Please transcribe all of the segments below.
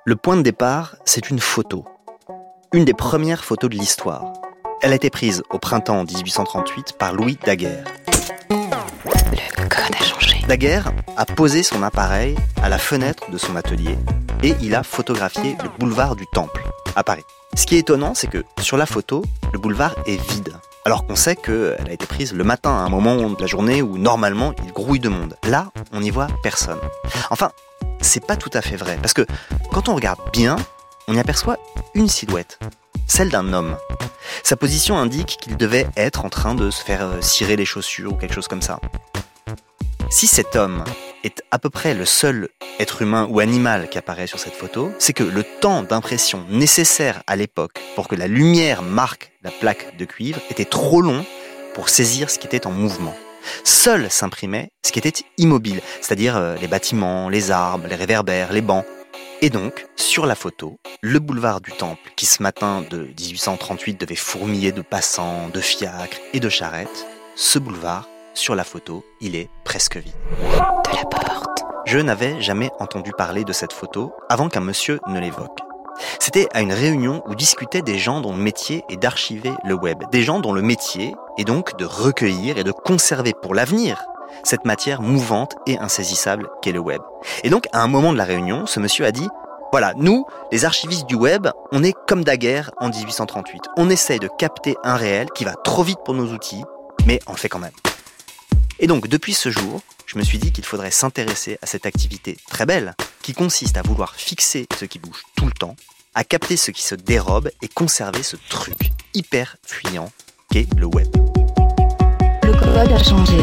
Le point de départ, c'est une photo. Une des premières photos de l'histoire. Elle a été prise au printemps 1838 par Louis Daguerre. Le code a changé. Daguerre a posé son appareil à la fenêtre de son atelier et il a photographié le boulevard du Temple, à Paris. Ce qui est étonnant, c'est que sur la photo, le boulevard est vide. Alors qu'on sait qu'elle a été prise le matin, à un moment de la journée où normalement il grouille de monde. Là, on n'y voit personne. Enfin, c'est pas tout à fait vrai, parce que quand on regarde bien, on y aperçoit une silhouette, celle d'un homme. Sa position indique qu'il devait être en train de se faire cirer les chaussures ou quelque chose comme ça. Si cet homme est à peu près le seul être humain ou animal qui apparaît sur cette photo, c'est que le temps d'impression nécessaire à l'époque pour que la lumière marque la plaque de cuivre était trop long pour saisir ce qui était en mouvement. Seul s'imprimait ce qui était immobile, c'est-à-dire les bâtiments, les arbres, les réverbères, les bancs. Et donc, sur la photo, le boulevard du Temple, qui ce matin de 1838 devait fourmiller de passants, de fiacres et de charrettes, ce boulevard, sur la photo, il est presque vide. De la porte. Je n'avais jamais entendu parler de cette photo avant qu'un monsieur ne l'évoque. C'était à une réunion où discutaient des gens dont le métier est d'archiver le web. Des gens dont le métier est donc de recueillir et de conserver pour l'avenir cette matière mouvante et insaisissable qu'est le web. Et donc, à un moment de la réunion, ce monsieur a dit « Voilà, nous, les archivistes du web, on est comme Daguerre en 1838. On essaye de capter un réel qui va trop vite pour nos outils, mais on le fait quand même. » Et donc, depuis ce jour, je me suis dit qu'il faudrait s'intéresser à cette activité très belle qui consiste à vouloir fixer ce qui bouge tout le temps, à capter ce qui se dérobe et conserver ce truc hyper fuyant qu'est le web. Le code a changé.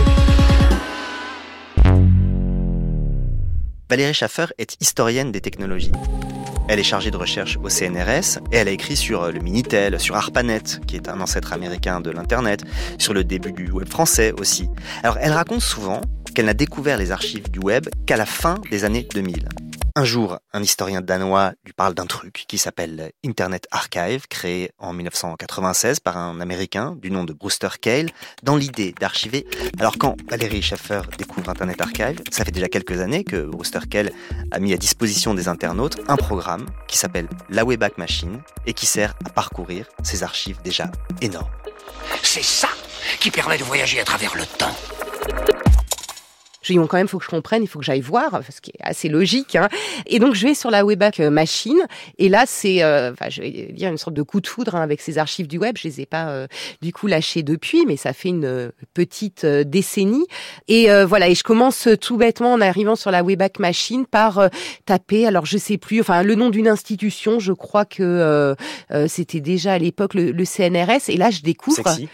Valérie Schaeffer est historienne des technologies. Elle est chargée de recherche au CNRS et elle a écrit sur le Minitel, sur ARPANET, qui est un ancêtre américain de l'Internet, sur le début du web français aussi. Alors elle raconte souvent qu'elle n'a découvert les archives du web qu'à la fin des années 2000. Un jour, un historien danois lui parle d'un truc qui s'appelle Internet Archive, créé en 1996 par un Américain du nom de Brewster Kahle, dans l'idée d'archiver. Alors quand Valérie Schaeffer découvre Internet Archive, ça fait déjà quelques années que Brewster Kahle a mis à disposition des internautes un programme qui s'appelle la Wayback Machine et qui sert à parcourir ces archives déjà énormes. C'est ça qui permet de voyager à travers le temps. Je dis, bon, quand même, il faut que je comprenne, il faut que j'aille voir, ce qui est assez logique. Hein. Et donc, je vais sur la Wayback Machine. Et là, c'est, je vais dire, une sorte de coup de foudre avec ces archives du web. Je les ai pas, du coup, lâchées depuis, mais ça fait une petite décennie. Et voilà, et je commence tout bêtement en arrivant sur la Wayback Machine par taper, alors je sais plus, le nom d'une institution. Je crois que c'était déjà à l'époque le CNRS. Et là, je découvre... Sexy.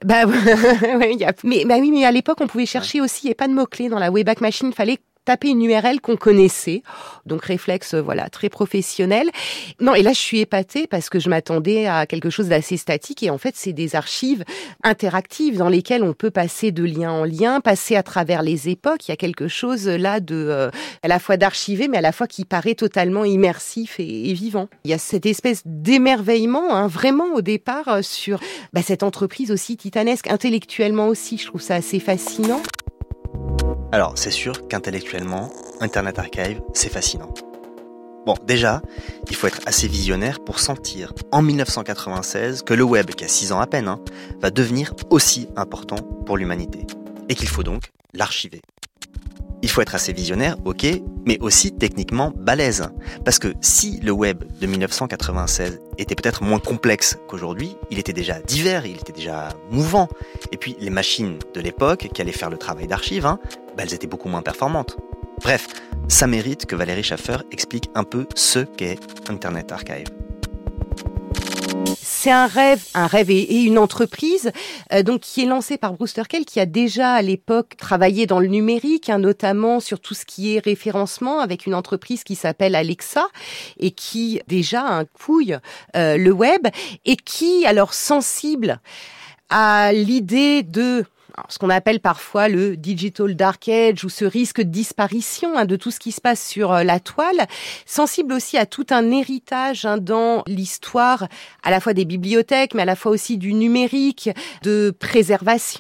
Mais à l'époque, on pouvait chercher aussi, il n'y avait pas de mots-clés dans la Wayback Machine, il fallait taper une URL qu'on connaissait. Donc réflexe, très professionnel. Non, et là je suis épatée parce que je m'attendais à quelque chose d'assez statique et en fait c'est des archives interactives dans lesquelles on peut passer de lien en lien, passer à travers les époques. Il y a quelque chose là de à la fois d'archivé mais à la fois qui paraît totalement immersif et vivant. Il y a cette espèce d'émerveillement, vraiment au départ sur cette entreprise aussi titanesque, intellectuellement aussi. Je trouve ça assez fascinant. Alors, c'est sûr qu'intellectuellement, Internet Archive, c'est fascinant. Bon, déjà, il faut être assez visionnaire pour sentir, en 1996, que le web, qui a 6 ans à peine, va devenir aussi important pour l'humanité. Et qu'il faut donc l'archiver. Il faut être assez visionnaire, ok, mais aussi techniquement balèze. Parce que si le web de 1996 était peut-être moins complexe qu'aujourd'hui, il était déjà divers, il était déjà mouvant. Et puis les machines de l'époque qui allaient faire le travail d'archive, elles étaient beaucoup moins performantes. Bref, ça mérite que Valérie Schaeffer explique un peu ce qu'est Internet Archive. C'est un rêve et une entreprise donc qui est lancée par Brewster Kahle, qui a déjà à l'époque travaillé dans le numérique, notamment sur tout ce qui est référencement avec une entreprise qui s'appelle Alexa et qui déjà couille le web et qui, alors sensible à l'idée de ce qu'on appelle parfois le digital dark age ou ce risque de disparition de tout ce qui se passe sur la toile, sensible aussi à tout un héritage dans l'histoire à la fois des bibliothèques mais à la fois aussi du numérique, de préservation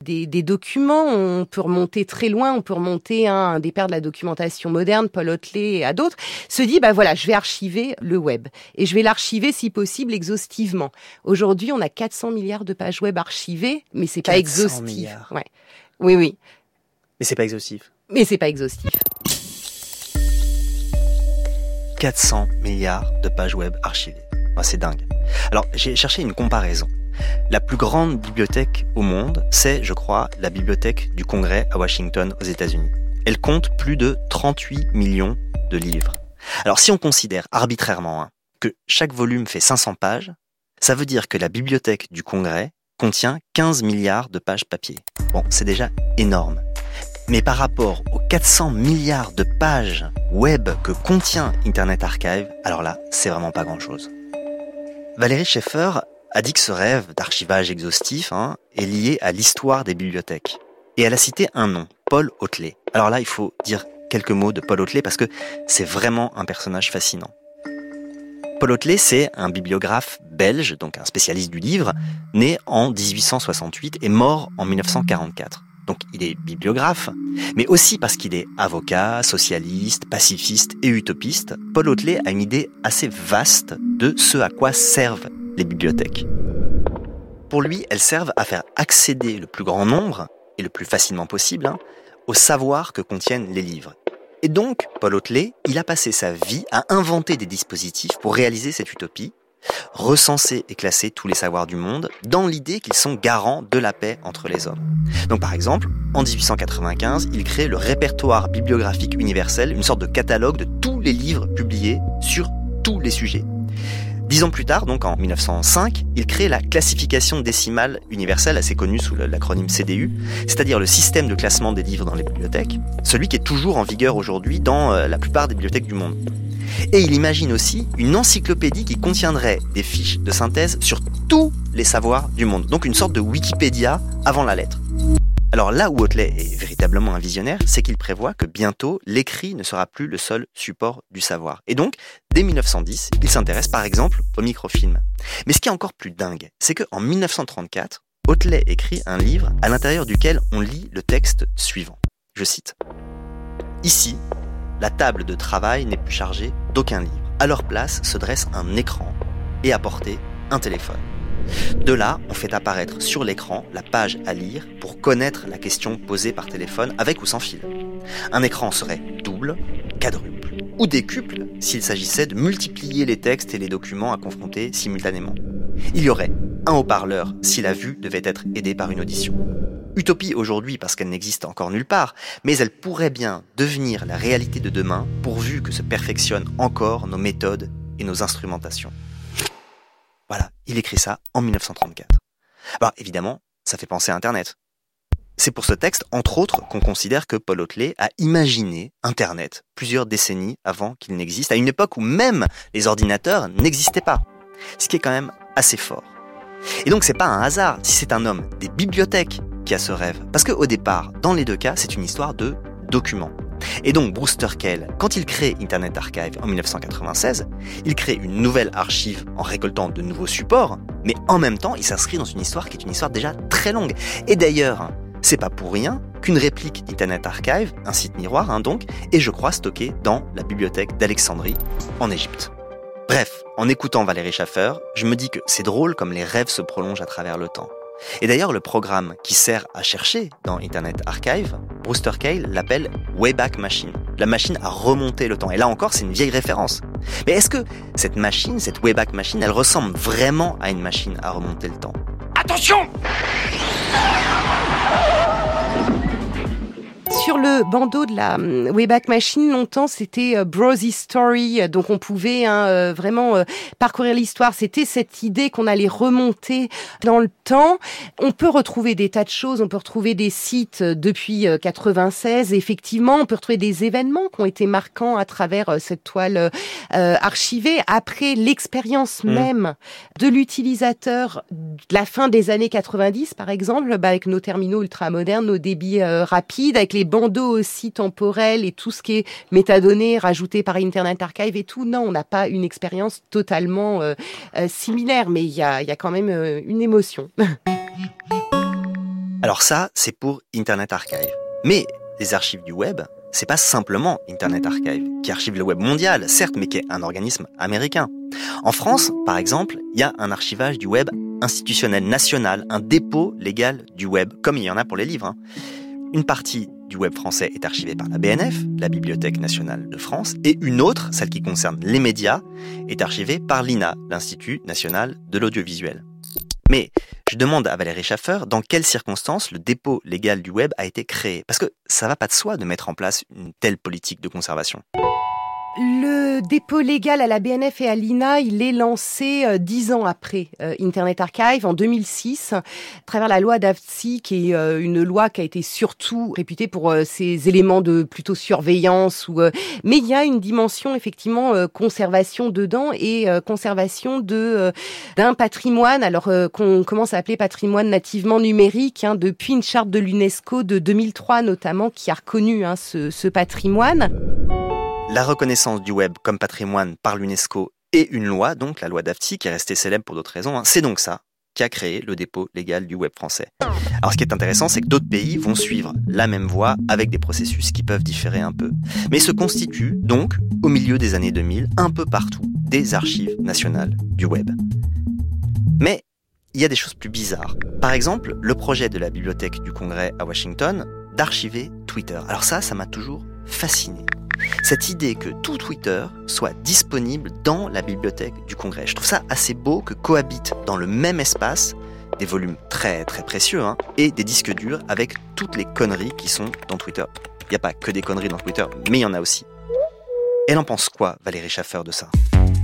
des documents. On peut remonter très loin, on peut remonter à un des pères de la documentation moderne, Paul Hotelet et à d'autres, se dit, je vais archiver le web. Et je vais l'archiver, si possible, exhaustivement. Aujourd'hui, on a 400 milliards de pages web archivées, mais c'est pas exhaustif. Milliards. Ouais. Oui. Mais c'est pas exhaustif. Mais c'est pas exhaustif. 400 milliards de pages web archivées. C'est dingue. Alors, j'ai cherché une comparaison. La plus grande bibliothèque au monde, c'est, je crois, la bibliothèque du Congrès à Washington, aux États-Unis. Elle compte plus de 38 millions de livres. Alors, si on considère arbitrairement que chaque volume fait 500 pages, ça veut dire que la bibliothèque du Congrès contient 15 milliards de pages papier. Bon, c'est déjà énorme. Mais par rapport aux 400 milliards de pages web que contient Internet Archive, alors là, c'est vraiment pas grand-chose. Valérie Schaeffer a dit que ce rêve d'archivage exhaustif est lié à l'histoire des bibliothèques. Et elle a cité un nom, Paul Hotelet. Alors là, il faut dire quelques mots de Paul Hotelet parce que c'est vraiment un personnage fascinant. Paul Hotelet, c'est un bibliographe belge, donc un spécialiste du livre, né en 1868 et mort en 1944. Donc il est bibliographe, mais aussi parce qu'il est avocat, socialiste, pacifiste et utopiste, Paul Hotelet a une idée assez vaste de ce à quoi servent les bibliothèques. Pour lui, elles servent à faire accéder le plus grand nombre, et le plus facilement possible, au savoir que contiennent les livres. Et donc, Paul Hotelet, il a passé sa vie à inventer des dispositifs pour réaliser cette utopie, recenser et classer tous les savoirs du monde dans l'idée qu'ils sont garants de la paix entre les hommes. Donc par exemple, en 1895, il crée le répertoire bibliographique universel, une sorte de catalogue de tous les livres publiés sur tous les sujets. 10 ans plus tard, donc en 1905, il crée la classification décimale universelle, assez connue sous l'acronyme CDU, c'est-à-dire le système de classement des livres dans les bibliothèques, celui qui est toujours en vigueur aujourd'hui dans la plupart des bibliothèques du monde. Et il imagine aussi une encyclopédie qui contiendrait des fiches de synthèse sur tous les savoirs du monde. Donc une sorte de Wikipédia avant la lettre. Alors là où Hotelet est véritablement un visionnaire, c'est qu'il prévoit que bientôt l'écrit ne sera plus le seul support du savoir. Et donc, dès 1910, il s'intéresse par exemple au microfilm. Mais ce qui est encore plus dingue, c'est qu'en 1934, Hotelet écrit un livre à l'intérieur duquel on lit le texte suivant. Je cite. « Ici, la table de travail n'est plus chargée d'aucun livre. À leur place se dresse un écran et à portée un téléphone. De là, on fait apparaître sur l'écran la page à lire pour connaître la question posée par téléphone avec ou sans fil. Un écran serait double, quadruple ou décuple s'il s'agissait de multiplier les textes et les documents à confronter simultanément. Il y aurait un haut-parleur si la vue devait être aidée par une audition. Utopie aujourd'hui parce qu'elle n'existe encore nulle part, mais elle pourrait bien devenir la réalité de demain pourvu que se perfectionnent encore nos méthodes et nos instrumentations. » Voilà, il écrit ça en 1934. Alors évidemment, ça fait penser à Internet. C'est pour ce texte, entre autres, qu'on considère que Paul Hotelet a imaginé Internet plusieurs décennies avant qu'il n'existe, à une époque où même les ordinateurs n'existaient pas. Ce qui est quand même assez fort. Et donc c'est pas un hasard si c'est un homme des bibliothèques qui a ce rêve. Parce qu'au départ, dans les deux cas, c'est une histoire de documents. Et donc Brewster Kahle, quand il crée Internet Archive en 1996, il crée une nouvelle archive en récoltant de nouveaux supports, mais en même temps, il s'inscrit dans une histoire qui est une histoire déjà très longue. Et d'ailleurs, c'est pas pour rien qu'une réplique d'Internet Archive, un site miroir donc, est je crois stocké dans la bibliothèque d'Alexandrie, en Égypte. Bref, en écoutant Valérie Schaeffer, je me dis que c'est drôle comme les rêves se prolongent à travers le temps. Et d'ailleurs, le programme qui sert à chercher dans Internet Archive, Brewster Kahle l'appelle Wayback Machine, la machine à remonter le temps. Et là encore, c'est une vieille référence. Mais est-ce que cette machine, cette Wayback Machine, elle ressemble vraiment à une machine à remonter le temps ? Attention ! Sur le bandeau de la Wayback Machine, longtemps, c'était Browse History. Donc, on pouvait vraiment parcourir l'histoire. C'était cette idée qu'on allait remonter dans le temps. On peut retrouver des tas de choses. On peut retrouver des sites depuis 96. Effectivement, on peut retrouver des événements qui ont été marquants à travers cette toile archivée. Après, l'expérience même de l'utilisateur de la fin des années 90, par exemple, avec nos terminaux ultramodernes, nos débits rapides, avec les bandeaux aussi temporels et tout ce qui est métadonnées rajouté par Internet Archive et tout. Non, on n'a pas une expérience totalement similaire, mais il y a quand même une émotion. Alors ça, c'est pour Internet Archive. Mais les archives du web, c'est pas simplement Internet Archive, qui archive le web mondial, certes, mais qui est un organisme américain. En France, par exemple, il y a un archivage du web institutionnel national, un dépôt légal du web, comme il y en a pour les livres. Une partie du web français est archivée par la BNF, la Bibliothèque nationale de France, et une autre, celle qui concerne les médias, est archivée par l'INA, l'Institut national de l'audiovisuel. Mais je demande à Valérie Schaffer dans quelles circonstances le dépôt légal du web a été créé. Parce que ça va pas de soi de mettre en place une telle politique de conservation. Le dépôt légal à la BNF et à l'INA, il est lancé 10 ans après Internet Archive, en 2006, à travers la loi Dafti, qui est une loi qui a été surtout réputée pour ses éléments de plutôt surveillance. Mais il y a une dimension, effectivement, conservation dedans et conservation d'un patrimoine, alors qu'on commence à appeler patrimoine nativement numérique, depuis une charte de l'UNESCO de 2003 notamment, qui a reconnu ce patrimoine. La reconnaissance du web comme patrimoine par l'UNESCO et une loi, donc la loi Dafti, qui est restée célèbre pour d'autres raisons, c'est donc ça qui a créé le dépôt légal du web français. Alors ce qui est intéressant, c'est que d'autres pays vont suivre la même voie avec des processus qui peuvent différer un peu. Mais se constituent donc, au milieu des années 2000, un peu partout, des archives nationales du web. Mais il y a des choses plus bizarres. Par exemple, le projet de la Bibliothèque du Congrès à Washington d'archiver Twitter. Alors ça m'a toujours fasciné. Cette idée que tout Twitter soit disponible dans la bibliothèque du Congrès. Je trouve ça assez beau que cohabitent dans le même espace des volumes très très précieux et des disques durs avec toutes les conneries qui sont dans Twitter. Il n'y a pas que des conneries dans Twitter, mais il y en a aussi. Elle en pense quoi, Valérie Schaffer, de ça ?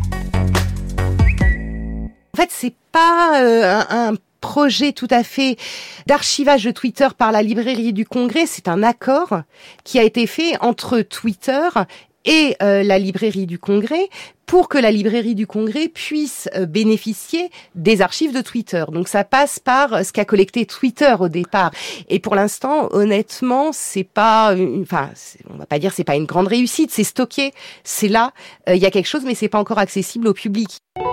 En fait, c'est pas un projet tout à fait d'archivage de Twitter par la librairie du Congrès, c'est un accord qui a été fait entre Twitter et la librairie du Congrès pour que la librairie du Congrès puisse bénéficier des archives de Twitter. Donc ça passe par ce qu'a collecté Twitter au départ. Et pour l'instant, honnêtement, c'est pas, on va pas dire c'est pas une grande réussite, c'est stocké, c'est là, il y a quelque chose, mais c'est pas encore accessible au public.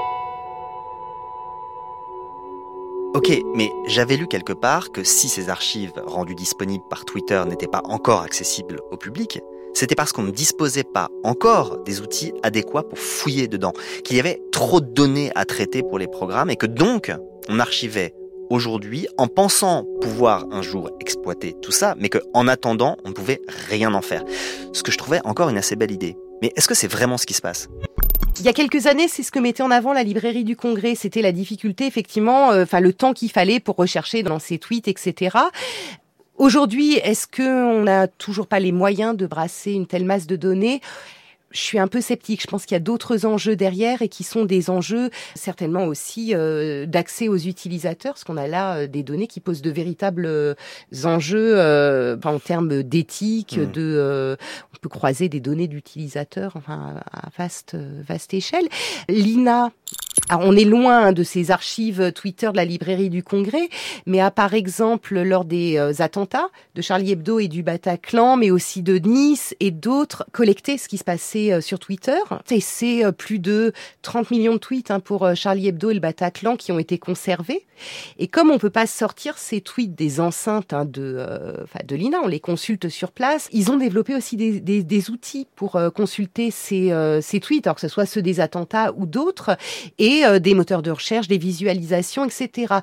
Ok, mais j'avais lu quelque part que si ces archives rendues disponibles par Twitter n'étaient pas encore accessibles au public, c'était parce qu'on ne disposait pas encore des outils adéquats pour fouiller dedans, qu'il y avait trop de données à traiter pour les programmes et que donc on archivait aujourd'hui en pensant pouvoir un jour exploiter tout ça, mais qu'en attendant, on ne pouvait rien en faire. Ce que je trouvais encore une assez belle idée. Mais est-ce que c'est vraiment ce qui se passe ? Il y a quelques années, c'est ce que mettait en avant la librairie du Congrès. C'était la difficulté, effectivement, le temps qu'il fallait pour rechercher dans ses tweets, etc. Aujourd'hui, est-ce qu'on n'a toujours pas les moyens de brasser une telle masse de données ? Je suis un peu sceptique. Je pense qu'il y a d'autres enjeux derrière et qui sont des enjeux certainement aussi d'accès aux utilisateurs, parce qu'on a là des données qui posent de véritables enjeux en termes d'éthique, on peut croiser des données d'utilisateurs à vaste échelle. L'INA, alors on est loin de ces archives Twitter de la librairie du Congrès, mais a par exemple lors des attentats de Charlie Hebdo et du Bataclan, mais aussi de Nice et d'autres, collecté ce qui se passait sur Twitter. Et c'est plus de 30 millions de tweets pour Charlie Hebdo et le Bataclan qui ont été conservés. Et comme on peut pas sortir ces tweets des enceintes de l'INA, on les consulte sur place, ils ont développé aussi des outils pour consulter ces tweets, alors que ce soit ceux des attentats ou d'autres, et des moteurs de recherche, des visualisations, etc.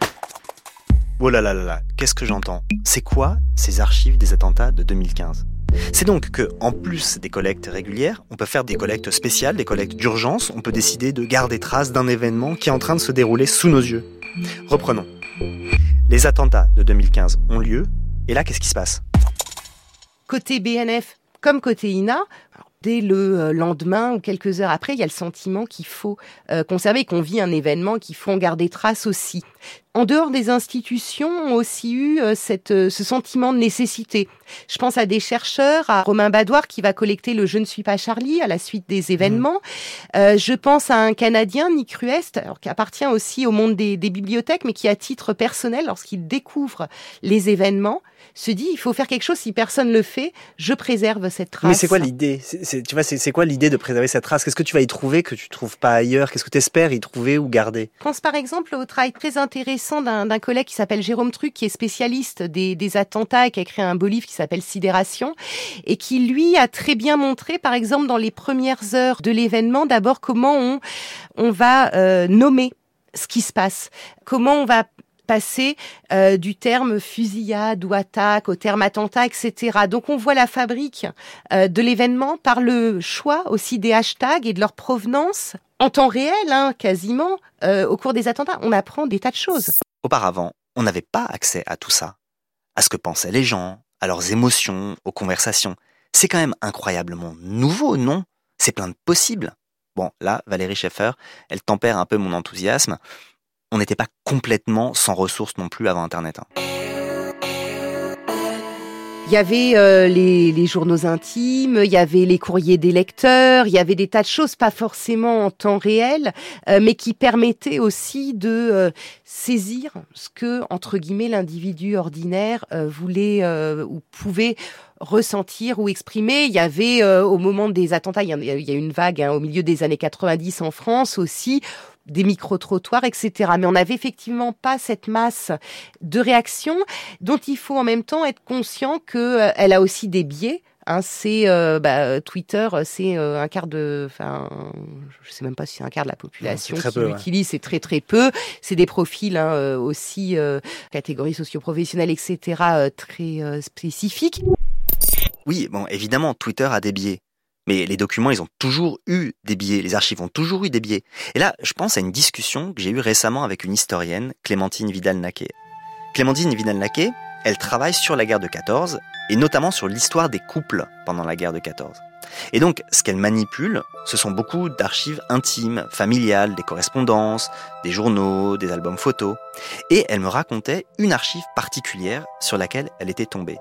Oh là là là là, qu'est-ce que j'entends ? C'est quoi ces archives des attentats de 2015 ? C'est donc que, en plus des collectes régulières, on peut faire des collectes spéciales, des collectes d'urgence, on peut décider de garder trace d'un événement qui est en train de se dérouler sous nos yeux. Reprenons. Les attentats de 2015 ont lieu, et là, qu'est-ce qui se passe ? Côté BNF, comme côté INA, dès le lendemain ou quelques heures après, il y a le sentiment qu'il faut conserver, qu'on vit un événement, qu'il faut en garder trace aussi. En dehors des institutions, ont aussi eu ce sentiment de nécessité. Je pense à des chercheurs, à Romain Badoir qui va collecter le « Je ne suis pas Charlie » à la suite des événements. Je pense à un Canadien, Nick Ruest, alors, qui appartient aussi au monde des bibliothèques, mais qui, à titre personnel, lorsqu'il découvre les événements, se dit il faut faire quelque chose, si personne le fait, je préserve cette trace. Mais c'est quoi l'idée ? C'est quoi l'idée de préserver cette trace ? Qu'est-ce que tu vas y trouver que tu trouves pas ailleurs ? Qu'est-ce que tu espères y trouver ou garder ? Je pense par exemple au travail très intéressant intéressant d'un collègue qui s'appelle Jérôme Truc, qui est spécialiste des attentats et qui a écrit un beau livre qui s'appelle Sidération, et qui, lui, a très bien montré, par exemple, dans les premières heures de l'événement, d'abord comment on va nommer ce qui se passe, comment on va passer du terme fusillade ou attaque au terme attentat, etc. Donc on voit la fabrique de l'événement par le choix aussi des hashtags et de leur provenance en temps réel, quasiment, au cours des attentats. On apprend des tas de choses. Auparavant, on n'avait pas accès à tout ça, à ce que pensaient les gens, à leurs émotions, aux conversations. C'est quand même incroyablement nouveau, non ? C'est plein de possibles. Bon, là, Valérie Schaeffer, elle tempère un peu mon enthousiasme. On n'était pas complètement sans ressources non plus avant Internet. Il y avait les journaux intimes, il y avait les courriers des lecteurs, il y avait des tas de choses, pas forcément en temps réel, mais qui permettaient aussi de saisir ce que, entre guillemets, l'individu ordinaire voulait ou pouvait ressentir ou exprimer. Il y avait, au moment des attentats, il y a eu une vague au milieu des années 90 en France aussi, des micro-trottoirs, etc. Mais on n'avait effectivement pas cette masse de réactions dont il faut en même temps être conscient qu'elle a aussi des biais. C'est Twitter, c'est un quart de, je sais même pas si c'est un quart de la population qui l'utilise, c'est très très peu. C'est des profils aussi catégories socio-professionnelles, etc. Très spécifiques. Oui, bon, évidemment, Twitter a des biais. Mais les documents, ils ont toujours eu des biais, les archives ont toujours eu des biais. Et là, je pense à une discussion que j'ai eue récemment avec une historienne, Clémentine Vidal-Naquet. Clémentine Vidal-Naquet, elle travaille sur la guerre de 14, et notamment sur l'histoire des couples pendant la guerre de 14. Et donc, ce qu'elle manipule, ce sont beaucoup d'archives intimes, familiales, des correspondances, des journaux, des albums photos. Et elle me racontait une archive particulière sur laquelle elle était tombée.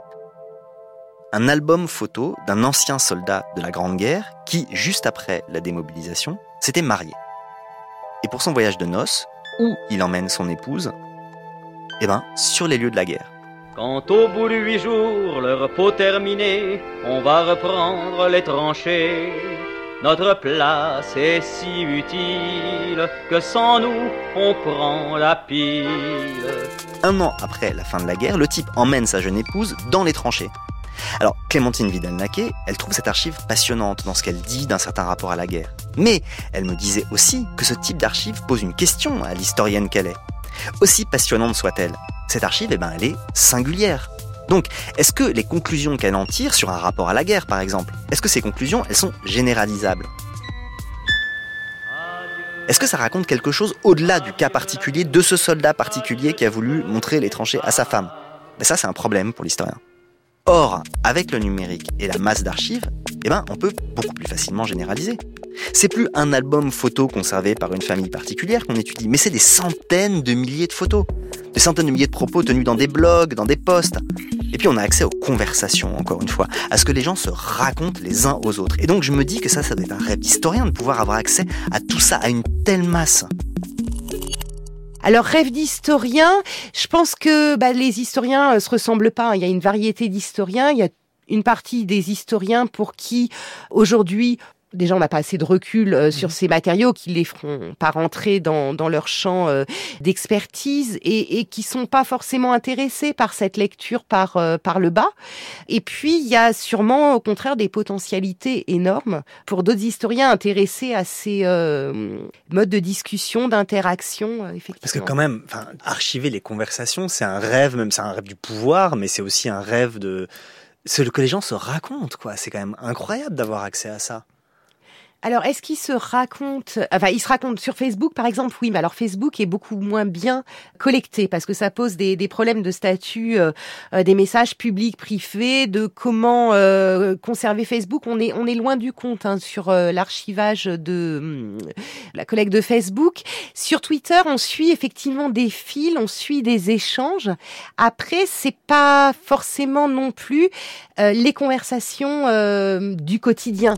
Un album photo d'un ancien soldat de la Grande Guerre qui, juste après la démobilisation, s'était marié. Et pour son voyage de noces, où il emmène son épouse, sur les lieux de la guerre. Quand au bout de 8 jours, le repos terminé, on va reprendre les tranchées. Notre place est si utile que sans nous, on prend la pile. 1 an après la fin de la guerre, le type emmène sa jeune épouse dans les tranchées. Alors, Clémentine Vidal-Naquet, elle trouve cette archive passionnante dans ce qu'elle dit d'un certain rapport à la guerre. Mais elle me disait aussi que ce type d'archive pose une question à l'historienne qu'elle est. Aussi passionnante soit-elle, cette archive, elle est singulière. Donc, est-ce que les conclusions qu'elle en tire sur un rapport à la guerre, par exemple, est-ce que ces conclusions, elles sont généralisables ? Est-ce que ça raconte quelque chose au-delà du cas particulier de ce soldat particulier qui a voulu montrer les tranchées à sa femme ? Ça, c'est un problème pour l'historien. Or, avec le numérique et la masse d'archives, on peut beaucoup plus facilement généraliser. C'est plus un album photo conservé par une famille particulière qu'on étudie, mais c'est des centaines de milliers de photos, des centaines de milliers de propos tenus dans des blogs, dans des posts. Et puis on a accès aux conversations, encore une fois, à ce que les gens se racontent les uns aux autres. Et donc je me dis que ça doit être un rêve d'historien de pouvoir avoir accès à tout ça, à une telle masse. Alors, rêve d'historien, je pense que les historiens se ressemblent pas. Il y a une variété d'historiens. Il y a une partie des historiens pour qui, aujourd'hui, déjà, on n'a pas assez de recul sur ces matériaux, qui les feront pas rentrer dans leur champ d'expertise et qui sont pas forcément intéressés par cette lecture par le bas. Et puis, il y a sûrement, au contraire, des potentialités énormes pour d'autres historiens intéressés à ces modes de discussion, d'interaction, effectivement. Parce que quand même, archiver les conversations, c'est un rêve, même c'est un rêve du pouvoir, mais c'est aussi un rêve de ce que les gens se racontent, quoi. C'est quand même incroyable d'avoir accès à ça. Alors, est-ce qu'ils se racontent... ils se racontent sur Facebook, par exemple, oui, mais alors Facebook est beaucoup moins bien collecté parce que ça pose des problèmes de statut des messages publics, privés, de comment conserver Facebook. On est loin du compte sur l'archivage de la collecte de Facebook. Sur Twitter, on suit effectivement des fils, on suit des échanges. Après, c'est pas forcément non plus les conversations du quotidien.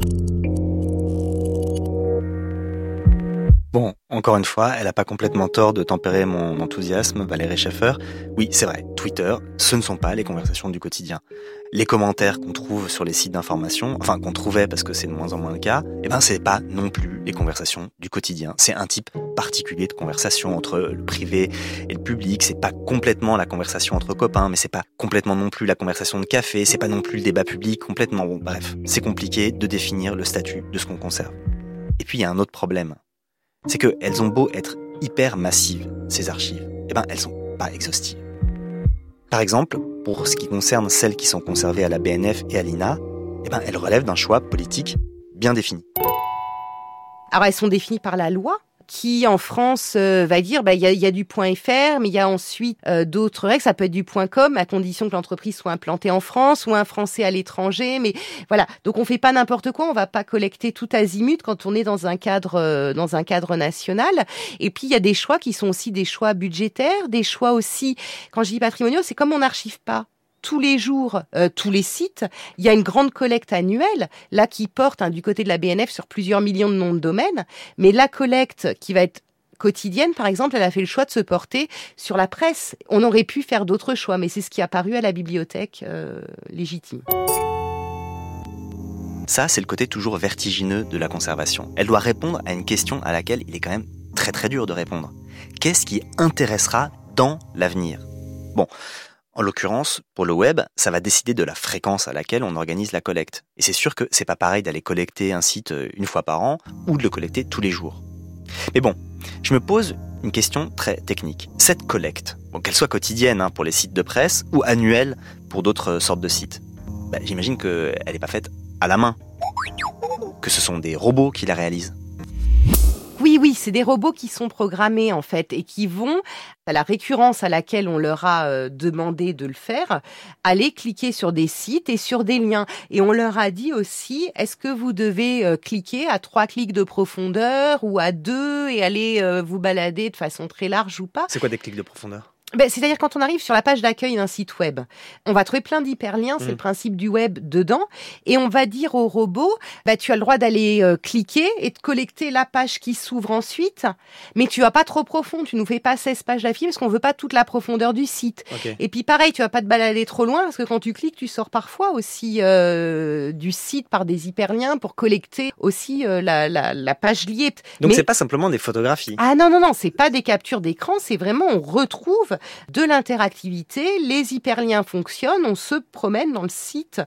Bon, encore une fois, elle n'a pas complètement tort de tempérer mon enthousiasme, Valérie Schaeffer. Oui, c'est vrai, Twitter, ce ne sont pas les conversations du quotidien. Les commentaires qu'on trouve sur les sites d'information, qu'on trouvait parce que c'est de moins en moins le cas, c'est pas non plus les conversations du quotidien. C'est un type particulier de conversation entre le privé et le public. C'est pas complètement la conversation entre copains, mais c'est pas complètement non plus la conversation de café, c'est pas non plus le débat public complètement. Bon, bref, c'est compliqué de définir le statut de ce qu'on conserve. Et puis il y a un autre problème, c'est qu'elles ont beau être hyper massives, ces archives, elles sont pas exhaustives. Par exemple, pour ce qui concerne celles qui sont conservées à la BNF et à l'INA, elles relèvent d'un choix politique bien défini. Alors elles sont définies par la loi qui en France va dire il y a du .fr, mais il y a ensuite d'autres règles. Ça peut être du .com à condition que l'entreprise soit implantée en France ou un Français à l'étranger. Mais voilà, donc on fait pas n'importe quoi. On va pas collecter tout azimut quand on est dans un cadre national. Et puis il y a des choix qui sont aussi des choix budgétaires, des choix aussi. Quand je dis patrimoniaux, c'est comme on n'archive pas tous les jours, tous les sites, il y a une grande collecte annuelle, là qui porte du côté de la BNF sur plusieurs millions de noms de domaines, mais la collecte qui va être quotidienne, par exemple, elle a fait le choix de se porter sur la presse. On aurait pu faire d'autres choix, mais c'est ce qui est apparu à la bibliothèque légitime. Ça, c'est le côté toujours vertigineux de la conservation. Elle doit répondre à une question à laquelle il est quand même très très dur de répondre. Qu'est-ce qui intéressera dans l'avenir ? Bon, en l'occurrence, pour le web, ça va décider de la fréquence à laquelle on organise la collecte. Et c'est sûr que c'est pas pareil d'aller collecter un site une fois par an ou de le collecter tous les jours. Mais bon, je me pose une question très technique. Cette collecte, qu'elle soit quotidienne pour les sites de presse ou annuelle pour d'autres sortes de sites, j'imagine qu'elle n'est pas faite à la main, que ce sont des robots qui la réalisent. Oui, c'est des robots qui sont programmés en fait et qui vont, à la récurrence à laquelle on leur a demandé de le faire, aller cliquer sur des sites et sur des liens. Et on leur a dit aussi, est-ce que vous devez cliquer à 3 clics de profondeur ou à 2 et aller vous balader de façon très large ou pas ? C'est quoi des clics de profondeur ? C'est-à-dire quand on arrive sur la page d'accueil d'un site web, on va trouver plein d'hyperliens, c'est le principe du web dedans, et on va dire au robot, tu as le droit d'aller cliquer et de collecter la page qui s'ouvre ensuite, mais tu vas pas trop profond, tu nous fais pas 16 pages d'affilée parce qu'on veut pas toute la profondeur du site. Okay. Et puis pareil, tu vas pas te balader trop loin parce que quand tu cliques, tu sors parfois aussi du site par des hyperliens pour collecter aussi la page liée. Donc c'est pas simplement des photographies. Ah non, c'est pas des captures d'écran, c'est vraiment on retrouve de l'interactivité, les hyperliens fonctionnent, on se promène dans le site.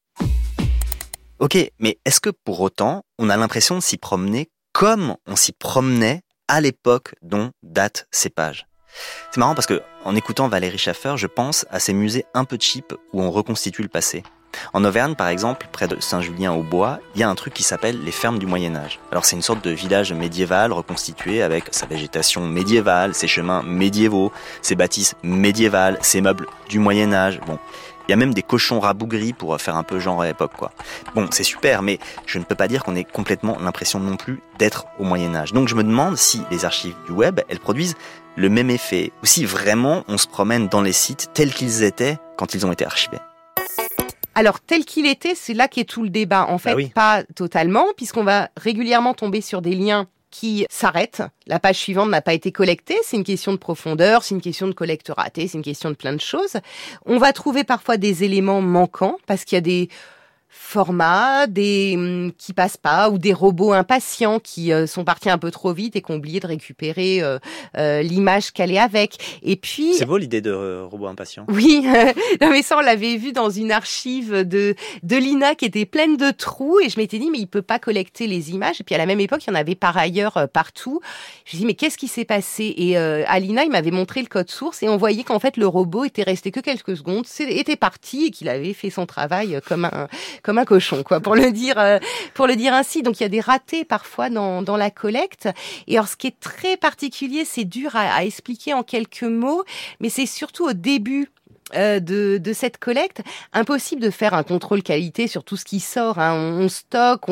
Ok, mais est-ce que pour autant, on a l'impression de s'y promener comme on s'y promenait à l'époque dont datent ces pages ? C'est marrant parce que, en écoutant Valérie Schaffer, je pense à ces musées un peu cheap où on reconstitue le passé. En Auvergne, par exemple, près de Saint-Julien-au-Bois, il y a un truc qui s'appelle les fermes du Moyen-Âge. Alors c'est une sorte de village médiéval reconstitué avec sa végétation médiévale, ses chemins médiévaux, ses bâtisses médiévales, ses meubles du Moyen-Âge. Bon, il y a même des cochons rabougris pour faire un peu genre à l'époque, quoi. Bon, c'est super, mais je ne peux pas dire qu'on ait complètement l'impression non plus d'être au Moyen-Âge. Donc je me demande si les archives du web, elles produisent le même effet, ou si vraiment on se promène dans les sites tels qu'ils étaient quand ils ont été archivés. Alors, tel qu'il était, c'est là qu'est tout le débat. En fait, pas totalement, puisqu'on va régulièrement tomber sur des liens qui s'arrêtent. La page suivante n'a pas été collectée. C'est une question de profondeur, c'est une question de collecte ratée, c'est une question de plein de choses. On va trouver parfois des éléments manquants, parce qu'il y a des formats, qui passent pas, ou des robots impatients qui sont partis un peu trop vite et qui ont oublié de récupérer l'image qu'elle est avec. Et puis c'est beau l'idée de robot impatient. Oui, non mais ça on l'avait vu dans une archive de l'INA qui était pleine de trous et je m'étais dit mais il peut pas collecter les images. Et puis à la même époque il y en avait par ailleurs partout. Je me dis mais qu'est-ce qui s'est passé ? Et à l'INA il m'avait montré le code source et on voyait qu'en fait le robot était resté que quelques secondes, était parti et qu'il avait fait son travail comme un cochon, quoi, pour le dire ainsi. Donc il y a des ratés parfois dans la collecte. Et alors ce qui est très particulier, c'est dur à expliquer en quelques mots, mais c'est surtout au début de cette collecte, impossible de faire un contrôle qualité sur tout ce qui sort. On stocke,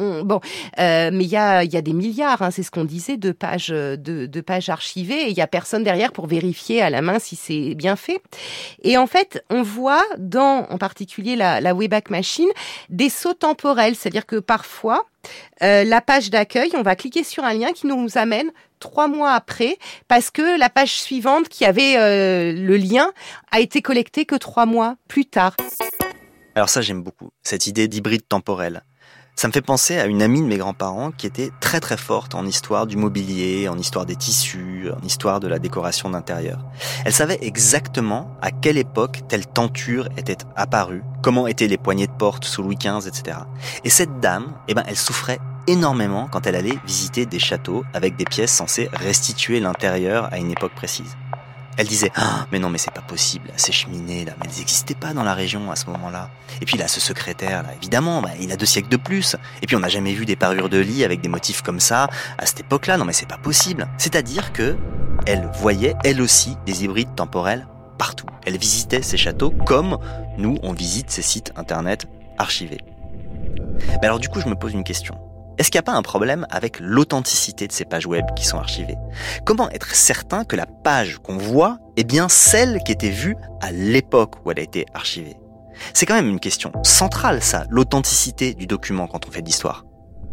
mais il y a des milliards, c'est ce qu'on disait, de pages archivées, et il y a personne derrière pour vérifier à la main si c'est bien fait. Et en fait, on voit en particulier la Wayback Machine, des sauts temporels, c'est-à-dire que parfois la page d'accueil, on va cliquer sur un lien qui nous amène 3 mois après, parce que la page suivante qui avait le lien a été collectée que 3 mois plus tard. Alors ça, j'aime beaucoup, cette idée d'hybride temporel. Ça me fait penser à une amie de mes grands-parents qui était très très forte en histoire du mobilier, en histoire des tissus, en histoire de la décoration d'intérieur. Elle savait exactement à quelle époque telle tenture était apparue, comment étaient les poignées de porte sous Louis XV, etc. Et cette dame, elle souffrait énormément quand elle allait visiter des châteaux avec des pièces censées restituer l'intérieur à une époque précise. Elle disait « mais non, mais c'est pas possible, ces cheminées là, mais elles n'existaient pas dans la région à ce moment-là. Et puis là, ce secrétaire là, évidemment, il a 2 siècles de plus. Et puis on n'a jamais vu des parures de lit avec des motifs comme ça à cette époque-là. Non, mais c'est pas possible. » C'est-à-dire que elle voyait, elle aussi, des hybrides temporels partout. Elle visitait ces châteaux comme nous, on visite ces sites internet archivés. Mais alors du coup, je me pose une question. Est-ce qu'il n'y a pas un problème avec l'authenticité de ces pages web qui sont archivées ? Comment être certain que la page qu'on voit est bien celle qui était vue à l'époque où elle a été archivée ? C'est quand même une question centrale, ça, l'authenticité du document quand on fait de l'histoire.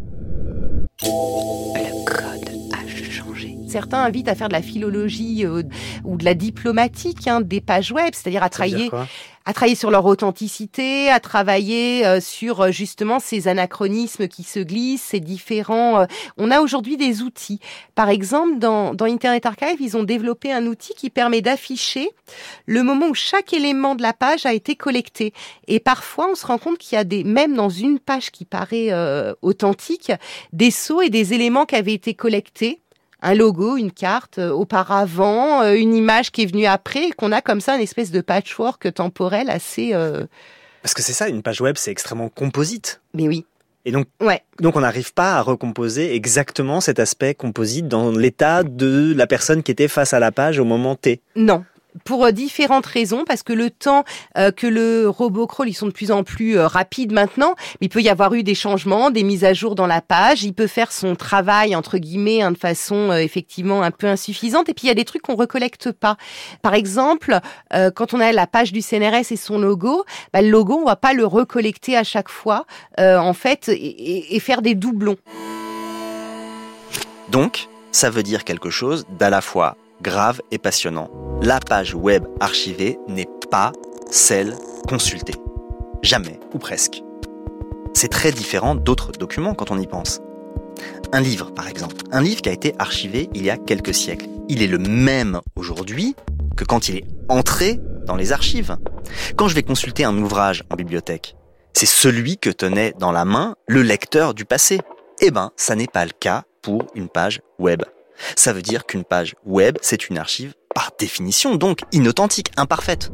Le code a changé. Certains invitent à faire de la philologie ou de la diplomatique des pages web, c'est-à-dire à travailler sur leur authenticité, à travailler sur justement ces anachronismes qui se glissent, ces différents... On a aujourd'hui des outils. Par exemple, dans Internet Archive, ils ont développé un outil qui permet d'afficher le moment où chaque élément de la page a été collecté. Et parfois, on se rend compte qu'il y a même dans une page qui paraît authentique, des sauts et des éléments qui avaient été collectés. Un logo, une carte, auparavant, une image qui est venue après, et qu'on a comme ça une espèce de patchwork temporel assez... Parce que c'est ça, une page web, c'est extrêmement composite. Mais oui. Et donc Ouais. on n'arrive pas à recomposer exactement cet aspect composite dans l'état de la personne qui était face à la page au moment T. Non. Pour différentes raisons, parce que le temps que le robot crawl, ils sont de plus en plus rapides maintenant, mais il peut y avoir eu des changements, des mises à jour dans la page, il peut faire son travail, entre guillemets, de façon effectivement un peu insuffisante, et puis il y a des trucs qu'on recollecte pas. Par exemple, quand on a la page du CNRS et son logo, le logo, on va pas le recollecter à chaque fois, en fait, et faire des doublons. Donc, ça veut dire quelque chose d'à la fois grave et passionnant. La page web archivée n'est pas celle consultée. Jamais, ou presque. C'est très différent d'autres documents quand on y pense. Un livre, par exemple. Un livre qui a été archivé il y a quelques siècles. Il est le même aujourd'hui que quand il est entré dans les archives. Quand je vais consulter un ouvrage en bibliothèque, c'est celui que tenait dans la main le lecteur du passé. Ça n'est pas le cas pour une page web. Ça veut dire qu'une page web, c'est une archive par définition, donc inauthentique, imparfaite.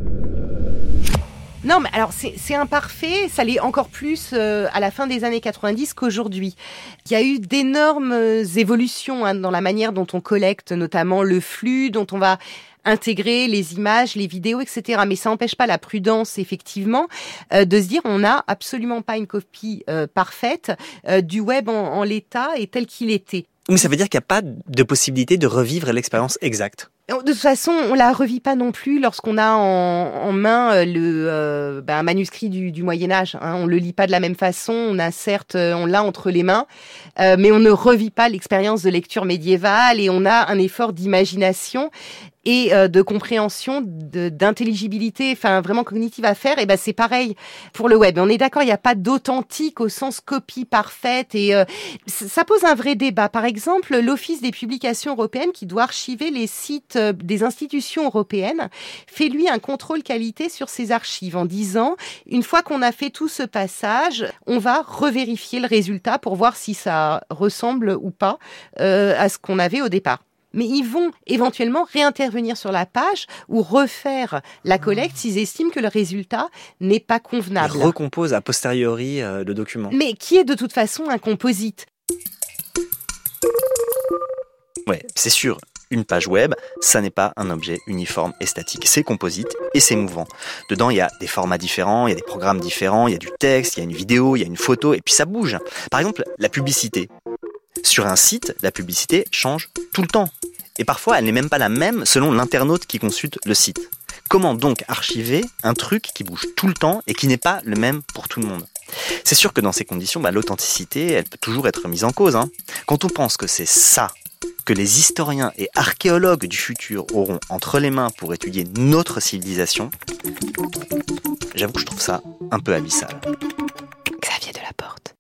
Non, mais alors c'est imparfait, ça l'est encore plus à la fin des années 90 qu'aujourd'hui. Il y a eu d'énormes évolutions dans la manière dont on collecte, notamment le flux, dont on va intégrer les images, les vidéos, etc. Mais ça n'empêche pas la prudence, effectivement, de se dire on n'a absolument pas une copie parfaite du web en l'état et tel qu'il était. Mais ça veut dire qu'il n'y a pas de possibilité de revivre l'expérience exacte. De toute façon, on la revit pas non plus lorsqu'on a en main un manuscrit du Moyen-Âge. On le lit pas de la même façon. On l'a entre les mains, mais on ne revit pas l'expérience de lecture médiévale et on a un effort d'imagination et de compréhension, d'intelligibilité, vraiment cognitive à faire. Et c'est pareil pour le web. On est d'accord, il n'y a pas d'authentique au sens copie parfaite et ça pose un vrai débat. Par exemple, l'Office des publications européennes qui doit archiver les sites des institutions européennes fait lui un contrôle qualité sur ses archives en disant une fois qu'on a fait tout ce passage, on va revérifier le résultat pour voir si ça ressemble ou pas à ce qu'on avait au départ. Mais ils vont éventuellement réintervenir sur la page ou refaire la collecte s'ils estiment que le résultat n'est pas convenable. Ils recomposent a posteriori le document. Mais qui est de toute façon un composite. Ouais, c'est sûr. Une page web, ça n'est pas un objet uniforme et statique. C'est composite et c'est mouvant. Dedans, il y a des formats différents, il y a des programmes différents, il y a du texte, il y a une vidéo, il y a une photo, et puis ça bouge. Par exemple, la publicité. Sur un site, la publicité change tout le temps. Et parfois, elle n'est même pas la même selon l'internaute qui consulte le site. Comment donc archiver un truc qui bouge tout le temps et qui n'est pas le même pour tout le monde ? C'est sûr que dans ces conditions, l'authenticité, elle peut toujours être mise en cause. Quand on pense que c'est ça que les historiens et archéologues du futur auront entre les mains pour étudier notre civilisation, j'avoue que je trouve ça un peu abyssal. Xavier Delaporte.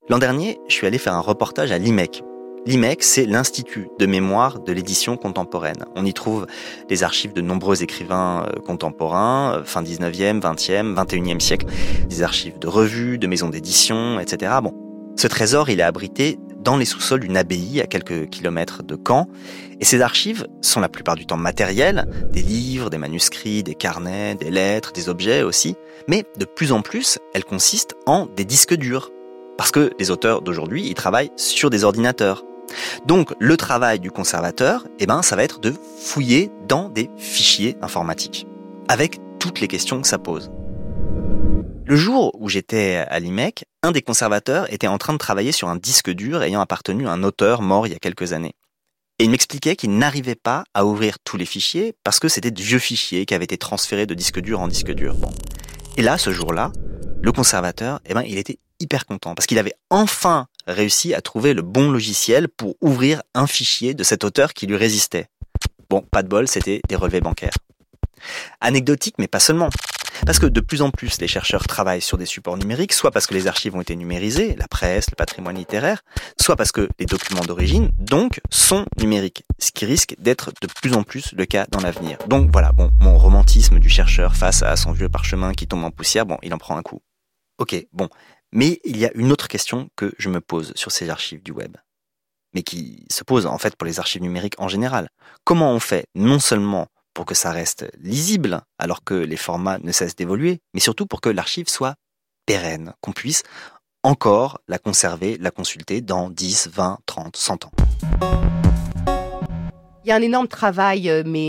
L'an dernier, je suis allé faire un reportage à l'IMEC. L'IMEC, c'est l'Institut de mémoire de l'édition contemporaine. On y trouve les archives de nombreux écrivains contemporains, fin 19e, 20e, 21e siècle, des archives de revues, de maisons d'édition, etc. Bon, ce trésor, il est abrité dans les sous-sols d'une abbaye à quelques kilomètres de Caen. Et ces archives sont la plupart du temps matérielles, des livres, des manuscrits, des carnets, des lettres, des objets aussi. Mais de plus en plus, elles consistent en des disques durs. Parce que les auteurs d'aujourd'hui, ils travaillent sur des ordinateurs. Donc, le travail du conservateur, ça va être de fouiller dans des fichiers informatiques, avec toutes les questions que ça pose. Le jour où j'étais à l'IMEC, un des conservateurs était en train de travailler sur un disque dur ayant appartenu à un auteur mort il y a quelques années. Et il m'expliquait qu'il n'arrivait pas à ouvrir tous les fichiers parce que c'était de vieux fichiers qui avaient été transférés de disque dur en disque dur. Bon. Et là, ce jour-là, le conservateur, il était hyper content parce qu'il avait enfin réussi à trouver le bon logiciel pour ouvrir un fichier de cet auteur qui lui résistait. Bon, pas de bol, c'était des relevés bancaires. Anecdotique, mais pas seulement. Parce que de plus en plus, les chercheurs travaillent sur des supports numériques, soit parce que les archives ont été numérisées, la presse, le patrimoine littéraire, soit parce que les documents d'origine, donc, sont numériques, ce qui risque d'être de plus en plus le cas dans l'avenir. Donc voilà, mon romantisme du chercheur face à son vieux parchemin qui tombe en poussière, il en prend un coup. Ok, mais il y a une autre question que je me pose sur ces archives du web, mais qui se pose en fait pour les archives numériques en général. Comment on fait non seulement pour que ça reste lisible, alors que les formats ne cessent d'évoluer, mais surtout pour que l'archive soit pérenne, qu'on puisse encore la conserver, la consulter dans 10, 20, 30, 100 ans. Il y a un énorme travail,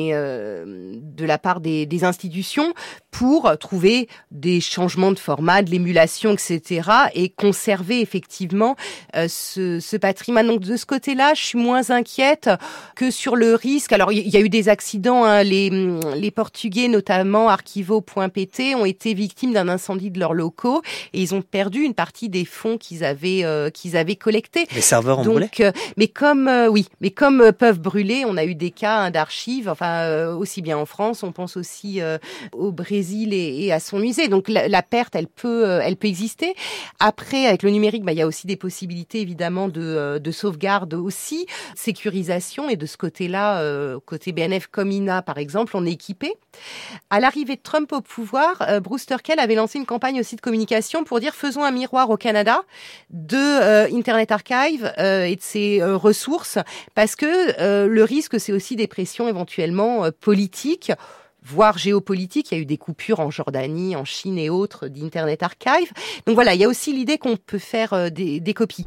de la part des institutions pour trouver des changements de format, de l'émulation, etc. et conserver effectivement ce patrimoine. Donc de ce côté-là, je suis moins inquiète que sur le risque. Alors il y a eu des accidents, hein. Les Portugais, notamment Arquivo.pt, ont été victimes d'un incendie de leurs locaux et ils ont perdu une partie des fonds qu'ils avaient collectés. Les serveurs ont brûlé. Mais comme peuvent brûler, on a eu des cas d'archives, aussi bien en France, on pense aussi au Brésil et à son musée. Donc la perte, elle peut exister. Après, avec le numérique, il y a aussi des possibilités évidemment de sauvegarde aussi, sécurisation, et de ce côté-là, côté BNF comme INA par exemple, on est équipé. À l'arrivée de Trump au pouvoir, Bruce Turkell avait lancé une campagne aussi de communication pour dire faisons un miroir au Canada de Internet Archive et de ses ressources, parce que le risque, c'est aussi des pressions éventuellement politiques, voire géopolitiques. Il y a eu des coupures en Jordanie, en Chine et autres d'Internet Archive. Donc voilà, il y a aussi l'idée qu'on peut faire des copies.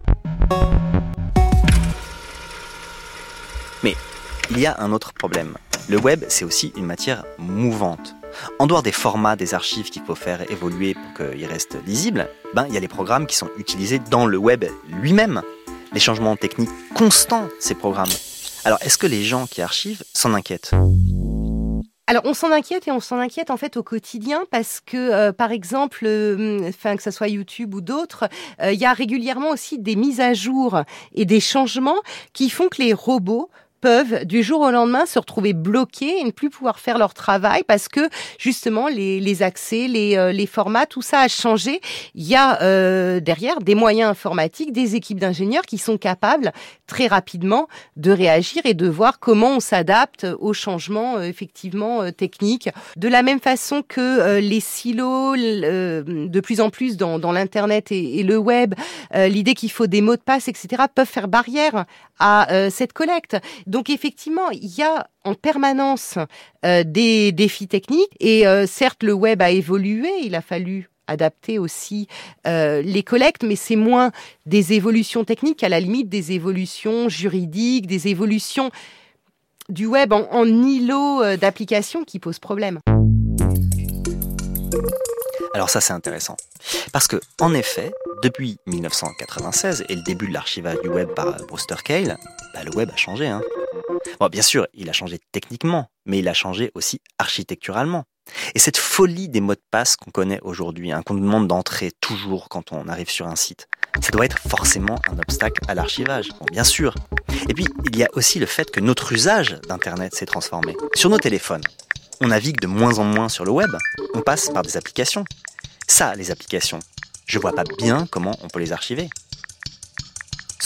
Mais il y a un autre problème. Le web, c'est aussi une matière mouvante. En dehors des formats des archives qu'il faut faire évoluer pour qu'ils restent lisibles, il y a les programmes qui sont utilisés dans le web lui-même. Les changements techniques constants, ces programmes. Alors, est-ce que les gens qui archivent s'en inquiètent ? Alors, on s'en inquiète en fait au quotidien parce que, par exemple, que ça soit YouTube ou d'autres, il y a régulièrement aussi des mises à jour et des changements qui font que les robots peuvent du jour au lendemain se retrouver bloqués et ne plus pouvoir faire leur travail parce que justement les accès, les formats, tout ça a changé. Il y a derrière des moyens informatiques, des équipes d'ingénieurs qui sont capables très rapidement de réagir et de voir comment on s'adapte aux changements effectivement techniques. De la même façon que les silos, de plus en plus dans l'internet et le web, l'idée qu'il faut des mots de passe, etc., peuvent faire barrière à cette collecte. Donc effectivement, il y a en permanence des défis techniques et certes le web a évolué, il a fallu adapter aussi les collectes, mais c'est moins des évolutions techniques qu'à la limite des évolutions juridiques, des évolutions du web en îlot d'application qui posent problème. Alors ça, c'est intéressant. Parce que, en effet, depuis 1996 et le début de l'archivage du web par Bruce Turkell, le web a changé. Bon, bien sûr, il a changé techniquement, mais il a changé aussi architecturalement. Et cette folie des mots de passe qu'on connaît aujourd'hui, qu'on nous demande d'entrer toujours quand on arrive sur un site, ça doit être forcément un obstacle à l'archivage. Bon, bien sûr. Et puis, il y a aussi le fait que notre usage d'Internet s'est transformé. Sur nos téléphones, on navigue de moins en moins sur le web. On passe par des applications. Ça, les applications, je vois pas bien comment on peut les archiver.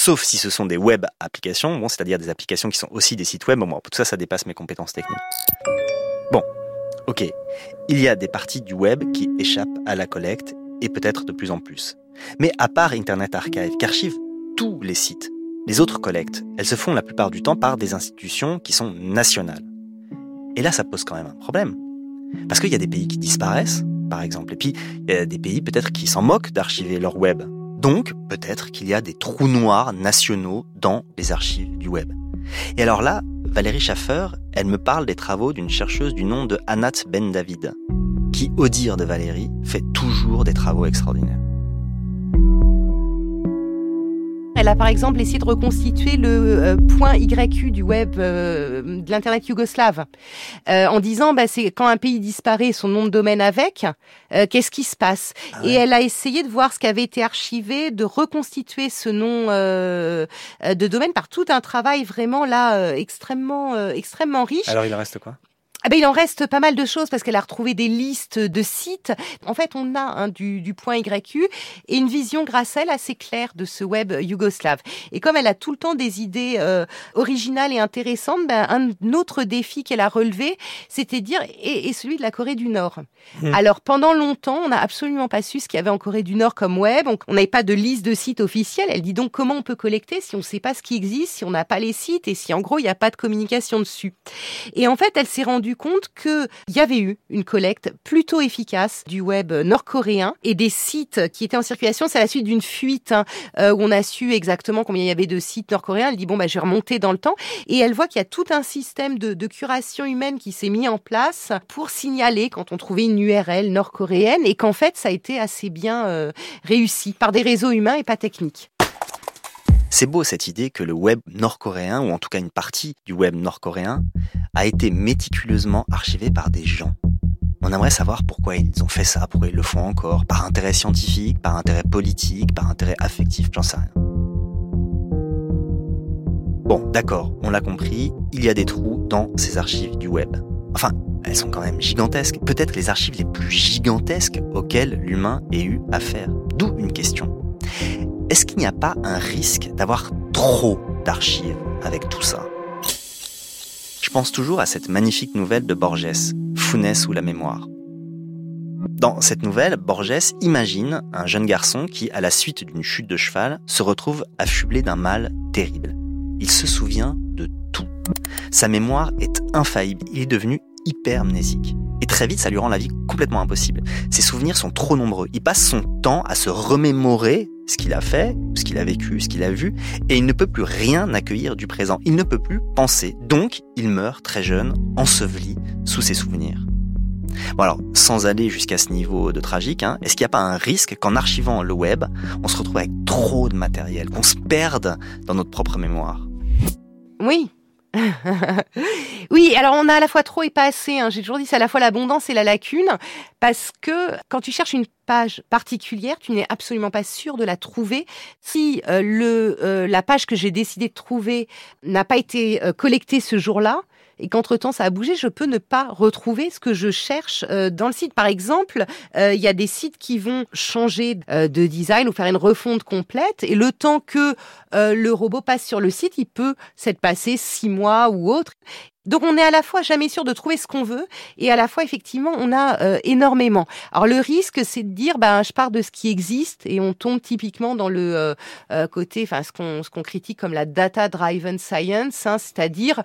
sauf si ce sont des web applications, bon, c'est-à-dire des applications qui sont aussi des sites web. Bon, tout ça, ça dépasse mes compétences techniques. Bon, ok, il y a des parties du web qui échappent à la collecte, et peut-être de plus en plus. Mais à part Internet Archive, qu'archive tous les sites, les autres collectes, elles se font la plupart du temps par des institutions qui sont nationales. Et là, ça pose quand même un problème. Parce qu'il y a des pays qui disparaissent, par exemple, et puis il y a des pays peut-être qui s'en moquent d'archiver leur web. Donc, peut-être qu'il y a des trous noirs nationaux dans les archives du web. Et alors là, Valérie Schaffer, elle me parle des travaux d'une chercheuse du nom de Anat Ben David, qui, au dire de Valérie, fait toujours des travaux extraordinaires. Elle a par exemple essayé de reconstituer le point YU du web de l'internet yougoslave en disant c'est quand un pays disparaît son nom de domaine avec, qu'est-ce qui se passe ? Et elle a essayé de voir ce qui avait été archivé, de reconstituer ce nom de domaine par tout un travail vraiment là extrêmement riche. Alors il en reste quoi ? Il en reste pas mal de choses parce qu'elle a retrouvé des listes de sites. En fait, on a du point YU et une vision grâce à elle assez claire de ce web yougoslave. Et comme elle a tout le temps des idées originales et intéressantes, un autre défi qu'elle a relevé, c'était de dire et celui de la Corée du Nord. Alors pendant longtemps, on n'a absolument pas su ce qu'il y avait en Corée du Nord comme web. On n'avait pas de liste de sites officiels. Elle dit donc comment on peut collecter si on ne sait pas ce qui existe, si on n'a pas les sites et si en gros il n'y a pas de communication dessus. Et en fait, elle s'est rendue compte qu'il y avait eu une collecte plutôt efficace du web nord-coréen et des sites qui étaient en circulation. C'est à la suite d'une fuite où on a su exactement combien il y avait de sites nord-coréens. Elle dit je vais remonter dans le temps et elle voit qu'il y a tout un système de curation humaine qui s'est mis en place pour signaler quand on trouvait une URL nord-coréenne et qu'en fait ça a été assez bien réussi par des réseaux humains et pas techniques. C'est beau cette idée que le web nord-coréen, ou en tout cas une partie du web nord-coréen, a été méticuleusement archivé par des gens. On aimerait savoir pourquoi ils ont fait ça, pourquoi ils le font encore, par intérêt scientifique, par intérêt politique, par intérêt affectif, j'en sais rien. Bon, d'accord, on l'a compris, il y a des trous dans ces archives du web. Enfin, elles sont quand même gigantesques, peut-être les archives les plus gigantesques auxquelles l'humain ait eu affaire. D'où une question. Est-ce qu'il n'y a pas un risque d'avoir trop d'archives avec tout ça ? Je pense toujours à cette magnifique nouvelle de Borges, Funès ou la mémoire. Dans cette nouvelle, Borges imagine un jeune garçon qui, à la suite d'une chute de cheval, se retrouve affublé d'un mal terrible. Il se souvient de tout. Sa mémoire est infaillible, il est devenu hypermnésique. Et très vite, ça lui rend la vie complètement impossible. Ses souvenirs sont trop nombreux. Il passe son temps à se remémorer ce qu'il a fait, ce qu'il a vécu, ce qu'il a vu, et il ne peut plus rien accueillir du présent. Il ne peut plus penser. Donc, il meurt très jeune, enseveli sous ses souvenirs. Bon alors, sans aller jusqu'à ce niveau de tragique, est-ce qu'il n'y a pas un risque qu'en archivant le web, on se retrouve avec trop de matériel, qu'on se perde dans notre propre mémoire ? Oui. Oui, alors on a à la fois trop et pas assez. J'ai toujours dit c'est à la fois l'abondance et la lacune, parce que quand tu cherches une page particulière, tu n'es absolument pas sûr de la trouver. Si la page que j'ai décidé de trouver n'a pas été collectée ce jour-là, et qu'entre-temps ça a bougé, je peux ne pas retrouver ce que je cherche dans le site. Par exemple, il y a des sites qui vont changer de design ou faire une refonte complète, et le temps que le robot passe sur le site, il peut s'être passé 6 mois ou autre. Donc on est à la fois jamais sûr de trouver ce qu'on veut et à la fois effectivement on a énormément. Alors le risque c'est de dire je pars de ce qui existe et on tombe typiquement dans le côté ce qu'on critique comme la data driven science, c'est-à-dire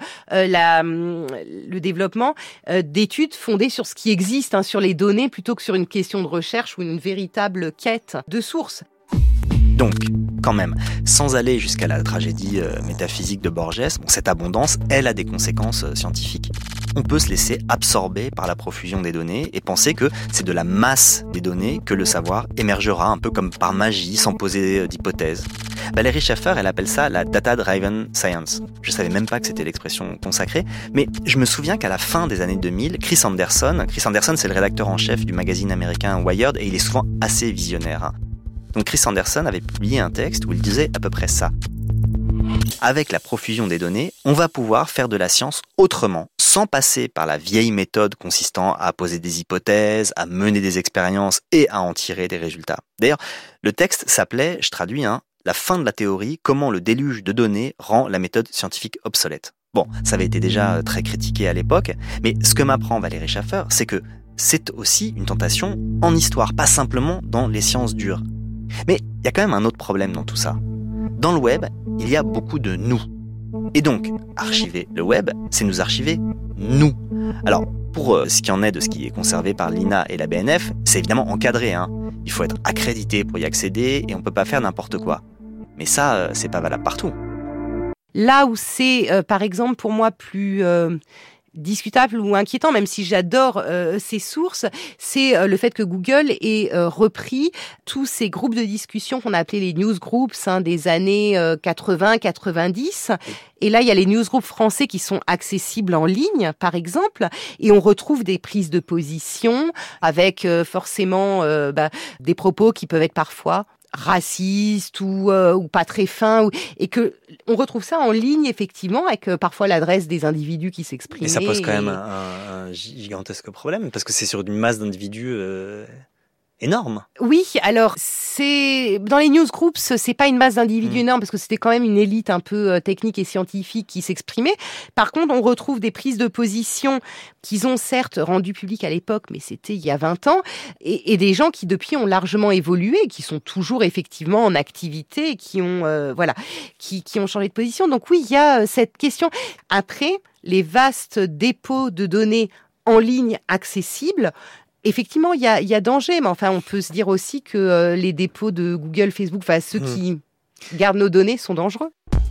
le développement d'études fondées sur ce qui existe, sur les données plutôt que sur une question de recherche ou une véritable quête de sources. Donc, quand même, sans aller jusqu'à la tragédie métaphysique de Borges, cette abondance, elle a des conséquences scientifiques. On peut se laisser absorber par la profusion des données et penser que c'est de la masse des données que le savoir émergera, un peu comme par magie, sans poser d'hypothèse. Valérie Schaffer, elle appelle ça la data-driven science. Je savais même pas que c'était l'expression consacrée, mais je me souviens qu'à la fin des années 2000, Chris Anderson, c'est le rédacteur en chef du magazine américain Wired, et il est souvent assez visionnaire. Donc Chris Anderson avait publié un texte où il disait à peu près ça. Avec la profusion des données, on va pouvoir faire de la science autrement, sans passer par la vieille méthode consistant à poser des hypothèses, à mener des expériences et à en tirer des résultats. D'ailleurs, le texte s'appelait, je traduis, la fin de la théorie, comment le déluge de données rend la méthode scientifique obsolète. Bon, ça avait été déjà très critiqué à l'époque, mais ce que m'apprend Valérie Schaffer, c'est que c'est aussi une tentation en histoire, pas simplement dans les sciences dures. Mais il y a quand même un autre problème dans tout ça. Dans le web, il y a beaucoup de nous. Et donc, archiver le web, c'est nous archiver nous. Alors, pour ce qui en est de ce qui est conservé par l'INA et la BNF, c'est évidemment encadré. Il faut être accrédité pour y accéder et on ne peut pas faire n'importe quoi. Mais ça, c'est pas valable partout. Là où c'est, par exemple, pour moi, plus discutable ou inquiétant, même si j'adore ces sources, c'est le fait que Google ait repris tous ces groupes de discussion qu'on a appelés les newsgroups des années 80-90. Et là, il y a les newsgroups français qui sont accessibles en ligne, par exemple, et on retrouve des prises de position avec forcément des propos qui peuvent être parfois racistes ou pas très fins, et que on retrouve ça en ligne effectivement avec parfois l'adresse des individus qui s'expriment. Et ça pose quand même un gigantesque problème parce que c'est sur une masse d'individus énorme. Oui, alors c'est dans les newsgroups, c'est pas une masse d'individus énorme parce que c'était quand même une élite un peu technique et scientifique qui s'exprimait. Par contre, on retrouve des prises de position qu'ils ont certes rendues publiques à l'époque, mais c'était il y a 20 ans, et des gens qui depuis ont largement évolué, qui sont toujours effectivement en activité, et qui ont qui ont changé de position. Donc oui, il y a cette question. Après, les vastes dépôts de données en ligne accessibles. Effectivement, il y a danger, mais enfin, on peut se dire aussi que les dépôts de Google, Facebook, ceux qui gardent nos données sont dangereux.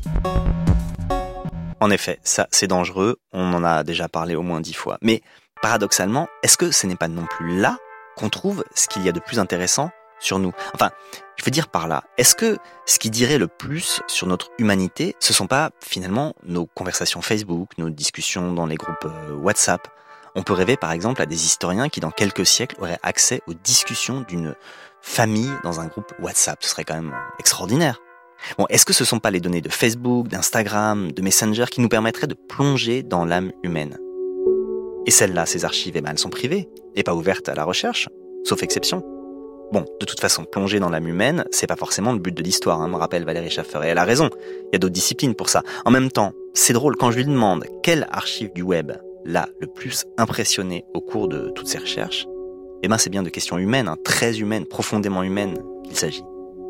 En effet, ça, c'est dangereux. On en a déjà parlé au moins 10 fois. Mais paradoxalement, est-ce que ce n'est pas non plus là qu'on trouve ce qu'il y a de plus intéressant sur nous ? Enfin, je veux dire par là, est-ce que ce qui dirait le plus sur notre humanité, ce sont pas finalement nos conversations Facebook, nos discussions dans les groupes WhatsApp ? On peut rêver par exemple à des historiens qui dans quelques siècles auraient accès aux discussions d'une famille dans un groupe WhatsApp. Ce serait quand même extraordinaire. Bon, est-ce que ce ne sont pas les données de Facebook, d'Instagram, de Messenger qui nous permettraient de plonger dans l'âme humaine ? Et celles-là, ces archives, elles sont privées et pas ouvertes à la recherche, sauf exception. Bon, de toute façon, plonger dans l'âme humaine, c'est pas forcément le but de l'histoire, me rappelle Valérie Schaffer, et elle a raison. Il y a d'autres disciplines pour ça. En même temps, c'est drôle, quand je lui demande quelle archive du web l'a le plus impressionné au cours de toutes ces recherches, c'est bien de questions humaines, très humaines, profondément humaines qu'il s'agit.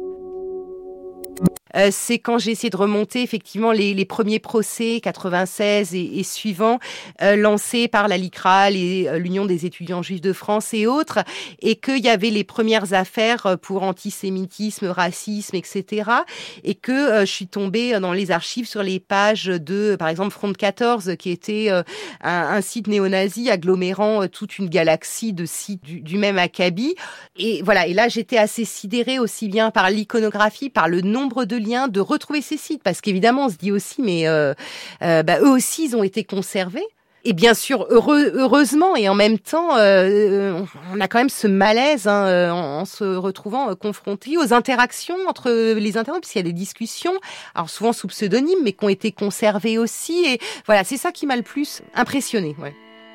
C'est quand j'ai essayé de remonter effectivement les premiers procès 96 et suivants lancés par la LICRA, l'Union des étudiants juifs de France et autres, et qu'il y avait les premières affaires pour antisémitisme, racisme, etc. Et que je suis tombée dans les archives sur les pages de, par exemple, Front 14, qui était un site néo-nazi agglomérant toute une galaxie de sites du même acabit. Et voilà. Et là, j'étais assez sidérée aussi bien par l'iconographie, par le nombre de liens, de retrouver ces sites, parce qu'évidemment on se dit aussi mais eux aussi ils ont été conservés, et bien sûr heureusement, et en même temps on a quand même ce malaise en se retrouvant confrontés aux interactions entre les internautes, puisqu'il y a des discussions, alors souvent sous pseudonyme, mais qui ont été conservées aussi, et voilà, c'est ça qui m'a le plus impressionné. Ouais.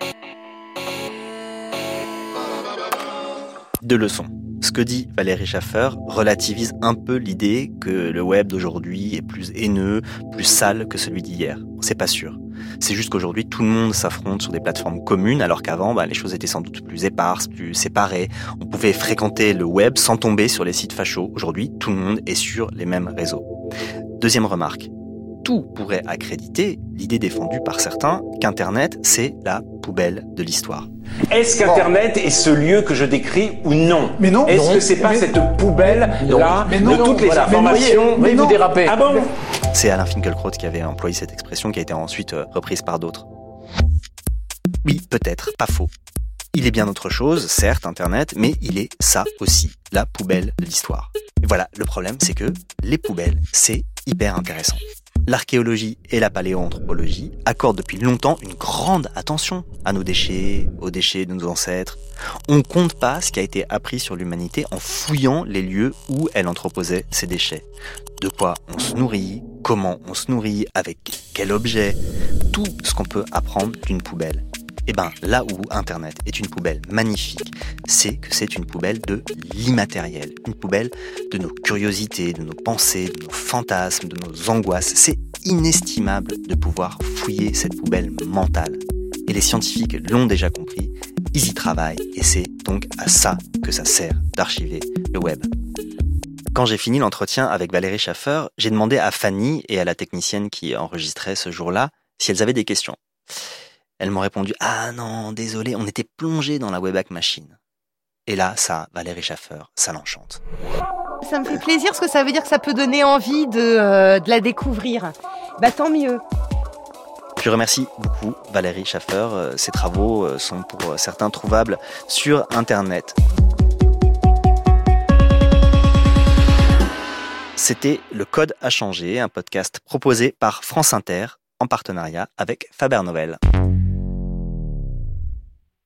Deux leçons. Ce que dit Valérie Schaffer relativise un peu l'idée que le web d'aujourd'hui est plus haineux, plus sale que celui d'hier. C'est pas sûr. C'est juste qu'aujourd'hui, tout le monde s'affronte sur des plateformes communes, alors qu'avant, les choses étaient sans doute plus éparses, plus séparées. On pouvait fréquenter le web sans tomber sur les sites fachos. Aujourd'hui, tout le monde est sur les mêmes réseaux. Deuxième remarque. Tout pourrait accréditer l'idée défendue par certains qu'Internet, c'est la poubelle de l'histoire. Est-ce qu'Internet est ce lieu que je décris ou non ? Mais non. Est-ce que c'est pas cette poubelle-là de toutes les informations ? Mais vous dérapez. Ah bon ? C'est Alain Finkielkraut qui avait employé cette expression qui a été ensuite reprise par d'autres. Oui, peut-être, pas faux. Il est bien autre chose, certes, Internet, mais il est ça aussi, la poubelle de l'histoire. Et voilà, le problème, c'est que les poubelles, c'est hyper intéressant. L'archéologie et la paléoanthropologie accordent depuis longtemps une grande attention à nos déchets, aux déchets de nos ancêtres. On ne compte pas ce qui a été appris sur l'humanité en fouillant les lieux où elle entreposait ces déchets. De quoi on se nourrit, comment on se nourrit, avec quel objet, tout ce qu'on peut apprendre d'une poubelle. Eh ben, là où Internet est une poubelle magnifique, c'est que c'est une poubelle de l'immatériel, une poubelle de nos curiosités, de nos pensées, de nos fantasmes, de nos angoisses. C'est inestimable de pouvoir fouiller cette poubelle mentale. Et les scientifiques l'ont déjà compris, ils y travaillent, et c'est donc à ça que ça sert d'archiver le web. Quand j'ai fini l'entretien avec Valérie Schaffer, j'ai demandé à Fanny et à la technicienne qui enregistrait ce jour-là si elles avaient des questions. Elles m'ont répondu « Ah non, désolé, on était plongé dans la Wayback Machine. » Et là, ça, Valérie Schaffer, ça l'enchante. Ça me fait plaisir parce que ça veut dire que ça peut donner envie de la découvrir. Bah tant mieux. Je remercie beaucoup Valérie Schaffer. Ses travaux sont pour certains trouvables sur Internet. C'était Le Code a changé, un podcast proposé par France Inter en partenariat avec Faber Novel.